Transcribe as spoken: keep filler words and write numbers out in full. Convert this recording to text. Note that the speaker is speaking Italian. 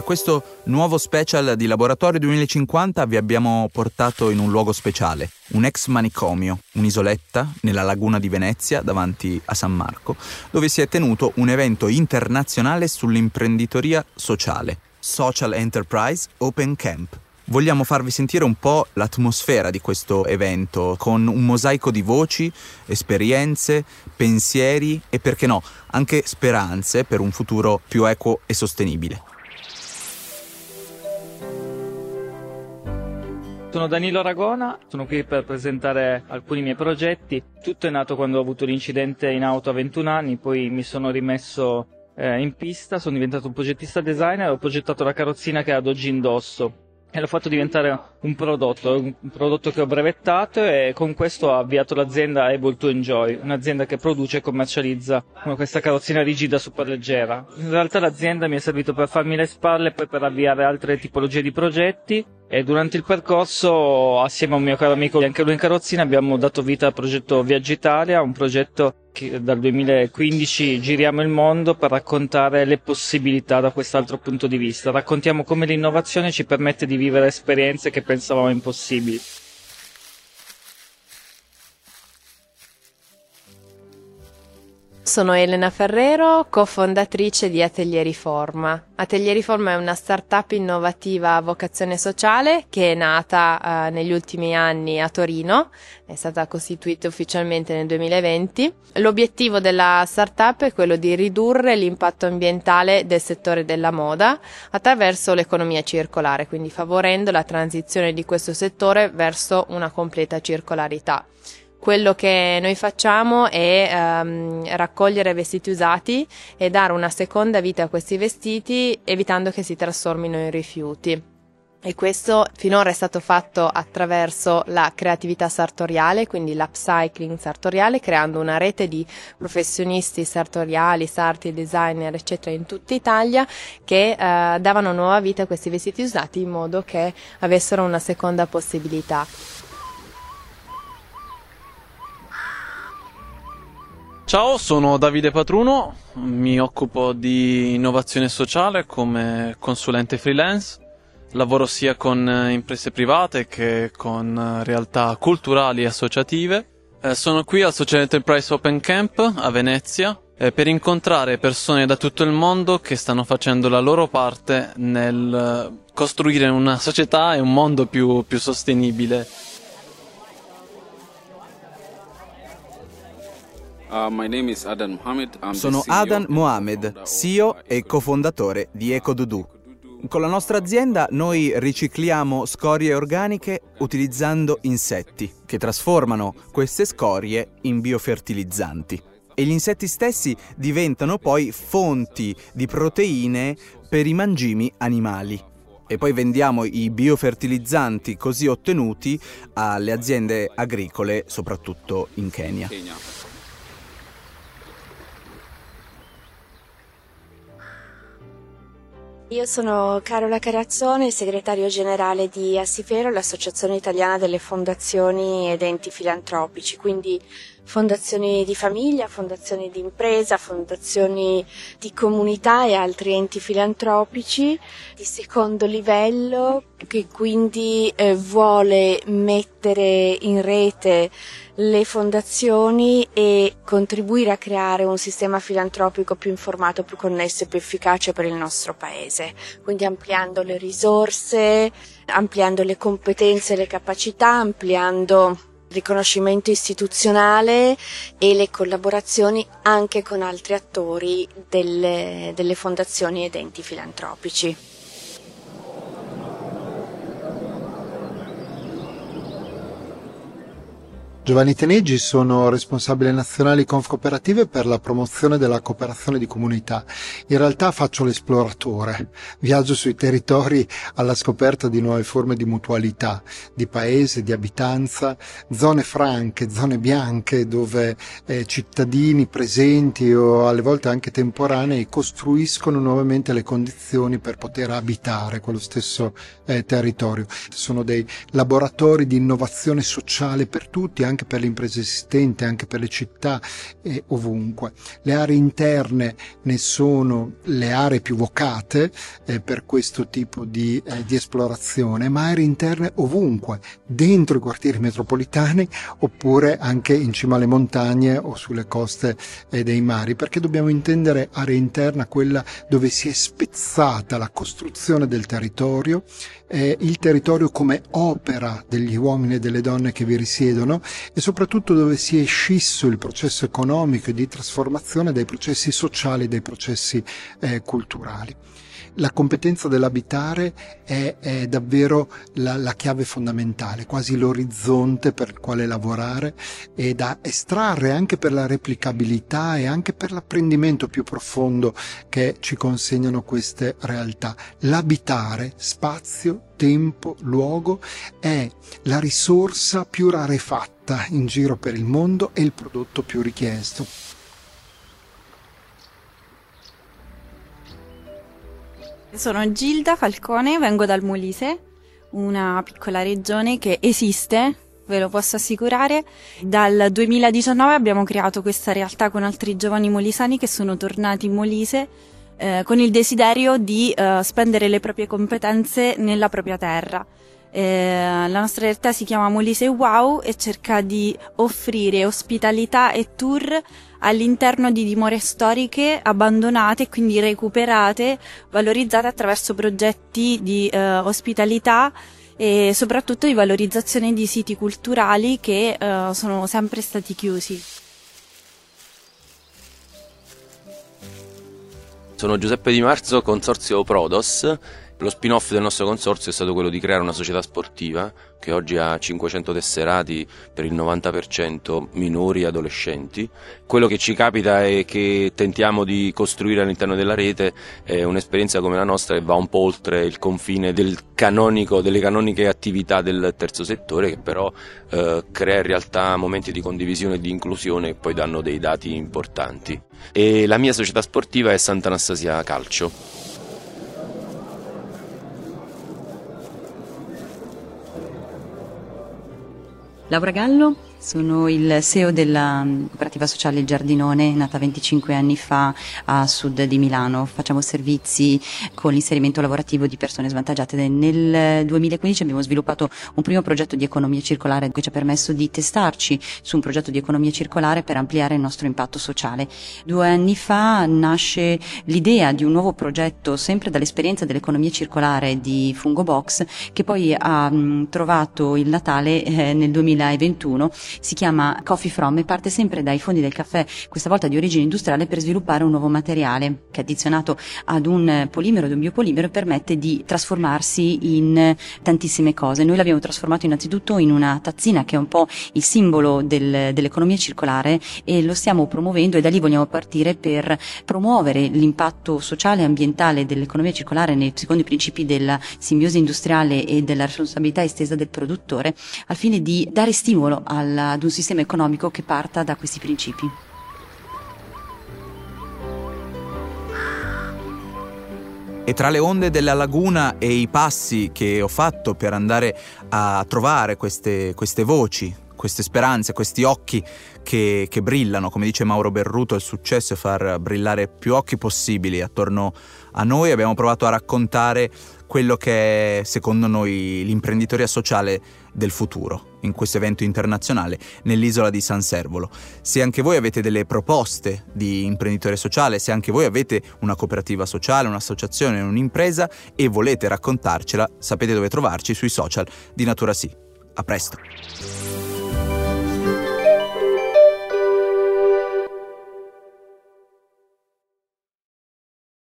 questo nuovo special di Laboratorio duemilacinquanta vi abbiamo portato in un luogo speciale, un ex manicomio, un'isoletta nella laguna di Venezia davanti a San Marco, dove si è tenuto un evento internazionale sull'imprenditoria sociale, Social Enterprise Open Camp. Vogliamo farvi sentire un po' l'atmosfera di questo evento, con un mosaico di voci, esperienze, pensieri e, perché no, anche speranze per un futuro più equo e sostenibile. Sono Danilo Aragona, sono qui per presentare alcuni miei progetti. Tutto è nato quando ho avuto l'incidente in auto a ventuno anni, poi mi sono rimesso eh, in pista, sono diventato un progettista designer e ho progettato la carrozzina che ad oggi indosso. E l'ho fatto diventare un prodotto, un prodotto che ho brevettato, e con questo ho avviato l'azienda Able to Enjoy, un'azienda che produce e commercializza questa carrozzina rigida super leggera. In realtà l'azienda mi è servito per farmi le spalle e poi per avviare altre tipologie di progetti, e durante il percorso, assieme a un mio caro amico, anche lui in carrozzina, abbiamo dato vita al progetto Viaggi Italia, un progetto che dal duemilaquindici giriamo il mondo per raccontare le possibilità da quest'altro punto di vista. Raccontiamo come l'innovazione ci permette di vivere esperienze che pensavamo impossibili. Sono Elena Ferrero, cofondatrice di Atelier Riforma. Atelier Riforma è una startup innovativa a vocazione sociale che è nata eh, negli ultimi anni a Torino, è stata costituita ufficialmente nel duemilaventi. L'obiettivo della startup è quello di ridurre l'impatto ambientale del settore della moda attraverso l'economia circolare, quindi favorendo la transizione di questo settore verso una completa circolarità. Quello che noi facciamo è um, raccogliere vestiti usati e dare una seconda vita a questi vestiti, evitando che si trasformino in rifiuti. E questo finora è stato fatto attraverso la creatività sartoriale, quindi l'upcycling sartoriale, creando una rete di professionisti sartoriali, sarti, designer, eccetera, in tutta Italia, che uh, davano nuova vita a questi vestiti usati in modo che avessero una seconda possibilità. Ciao, sono Davide Patruno, mi occupo di innovazione sociale come consulente freelance, lavoro sia con imprese private che con realtà culturali e associative. Eh, sono qui al Social Enterprise Open Camp a Venezia eh, per incontrare persone da tutto il mondo che stanno facendo la loro parte nel costruire una società e un mondo più, più sostenibile. Uh, my name is Adan Mohamed. I'm Sono the C E O Adan Mohamed, C E O e cofondatore di EcoDoDo. Con la nostra azienda noi ricicliamo scorie organiche utilizzando insetti che trasformano queste scorie in biofertilizzanti. E gli insetti stessi diventano poi fonti di proteine per i mangimi animali. E poi vendiamo i biofertilizzanti così ottenuti alle aziende agricole, soprattutto in Kenya. Io sono Carola Carazzone, segretario generale di Assifero, l'Associazione Italiana delle Fondazioni ed Enti Filantropici, quindi fondazioni di famiglia, fondazioni di impresa, fondazioni di comunità e altri enti filantropici di secondo livello, che quindi eh, vuole mettere in rete le fondazioni e contribuire a creare un sistema filantropico più informato, più connesso e più efficace per il nostro paese, quindi ampliando le risorse, ampliando le competenze e le capacità, ampliando il riconoscimento istituzionale e le collaborazioni anche con altri attori delle, delle fondazioni ed enti filantropici. Giovanni Teneggi, sono responsabile nazionale di Confcooperative per la promozione della cooperazione di comunità. In realtà faccio l'esploratore, viaggio sui territori alla scoperta di nuove forme di mutualità, di paese, di abitanza, zone franche, zone bianche dove eh, cittadini presenti o alle volte anche temporanei costruiscono nuovamente le condizioni per poter abitare quello stesso eh, territorio. Sono dei laboratori di innovazione sociale per tutti, anche anche per le imprese esistenti, anche per le città e ovunque. Le aree interne ne sono le aree più vocate eh, per questo tipo di, eh, di esplorazione, ma aree interne ovunque, dentro i quartieri metropolitani oppure anche in cima alle montagne o sulle coste eh, dei mari, perché dobbiamo intendere area interna quella dove si è spezzata la costruzione del territorio, eh, il territorio come opera degli uomini e delle donne che vi risiedono, e soprattutto dove si è scisso il processo economico e di trasformazione dai processi sociali e dai processi eh, culturali. La competenza dell'abitare è, è davvero la, la chiave fondamentale, quasi l'orizzonte per il quale lavorare e da estrarre anche per la replicabilità e anche per l'apprendimento più profondo che ci consegnano queste realtà. L'abitare, spazio, tempo, luogo, è la risorsa più rarefatta in giro per il mondo e il prodotto più richiesto. Sono Gilda Falcone, vengo dal Molise, una piccola regione che esiste, ve lo posso assicurare. Dal duemiladiciannove abbiamo creato questa realtà con altri giovani molisani che sono tornati in Molise eh, con il desiderio di eh, spendere le proprie competenze nella propria terra. Eh, la nostra realtà si chiama Molise Wow e cerca di offrire ospitalità e tour all'interno di dimore storiche abbandonate e quindi recuperate, valorizzate attraverso progetti di eh, ospitalità e soprattutto di valorizzazione di siti culturali che eh, sono sempre stati chiusi. Sono Giuseppe Di Marzo, consorzio Prodos. Lo spin-off del nostro consorzio è stato quello di creare una società sportiva che oggi ha cinquecento tesserati, per il novanta per cento minori e adolescenti. Quello che ci capita è che tentiamo di costruire all'interno della rete è un'esperienza come la nostra che va un po' oltre il confine del canonico, delle canoniche attività del terzo settore, che però eh, crea in realtà momenti di condivisione e di inclusione che poi danno dei dati importanti. E la mia società sportiva è Sant'Anastasia Calcio. Laura Gallo, sono il C E O della cooperativa sociale Il Giardinone, nata venticinque anni fa a sud di Milano. Facciamo servizi con l'inserimento lavorativo di persone svantaggiate. Nel duemilaquindici abbiamo sviluppato un primo progetto di economia circolare che ci ha permesso di testarci su un progetto di economia circolare per ampliare il nostro impatto sociale. Due anni fa nasce l'idea di un nuovo progetto, sempre dall'esperienza dell'economia circolare di Fungobox, che poi ha mh, trovato il Natale eh, nel duemilaventuno. Si chiama Coffee From e parte sempre dai fondi del caffè, questa volta di origine industriale, per sviluppare un nuovo materiale che, addizionato ad un polimero, ad un biopolimero, permette di trasformarsi in tantissime cose. Noi l'abbiamo trasformato innanzitutto in una tazzina che è un po' il simbolo del, dell'economia circolare, e lo stiamo promuovendo, e da lì vogliamo partire per promuovere l'impatto sociale e ambientale dell'economia circolare nei secondo i principi della simbiosi industriale e della responsabilità estesa del produttore, al fine di dare stimolo alla ad un sistema economico che parta da questi principi. E tra le onde della laguna e i passi che ho fatto per andare a trovare queste, queste voci, queste speranze, questi occhi che, che brillano, come dice Mauro Berruto, il successo è far brillare più occhi possibili attorno a noi, abbiamo provato a raccontare quello che è, secondo noi, l'imprenditoria sociale del futuro in questo evento internazionale nell'isola di San Servolo. Se anche voi avete delle proposte di imprenditoria sociale, se anche voi avete una cooperativa sociale, un'associazione, un'impresa e volete raccontarcela, sapete dove trovarci sui social di Natura Sì. A presto!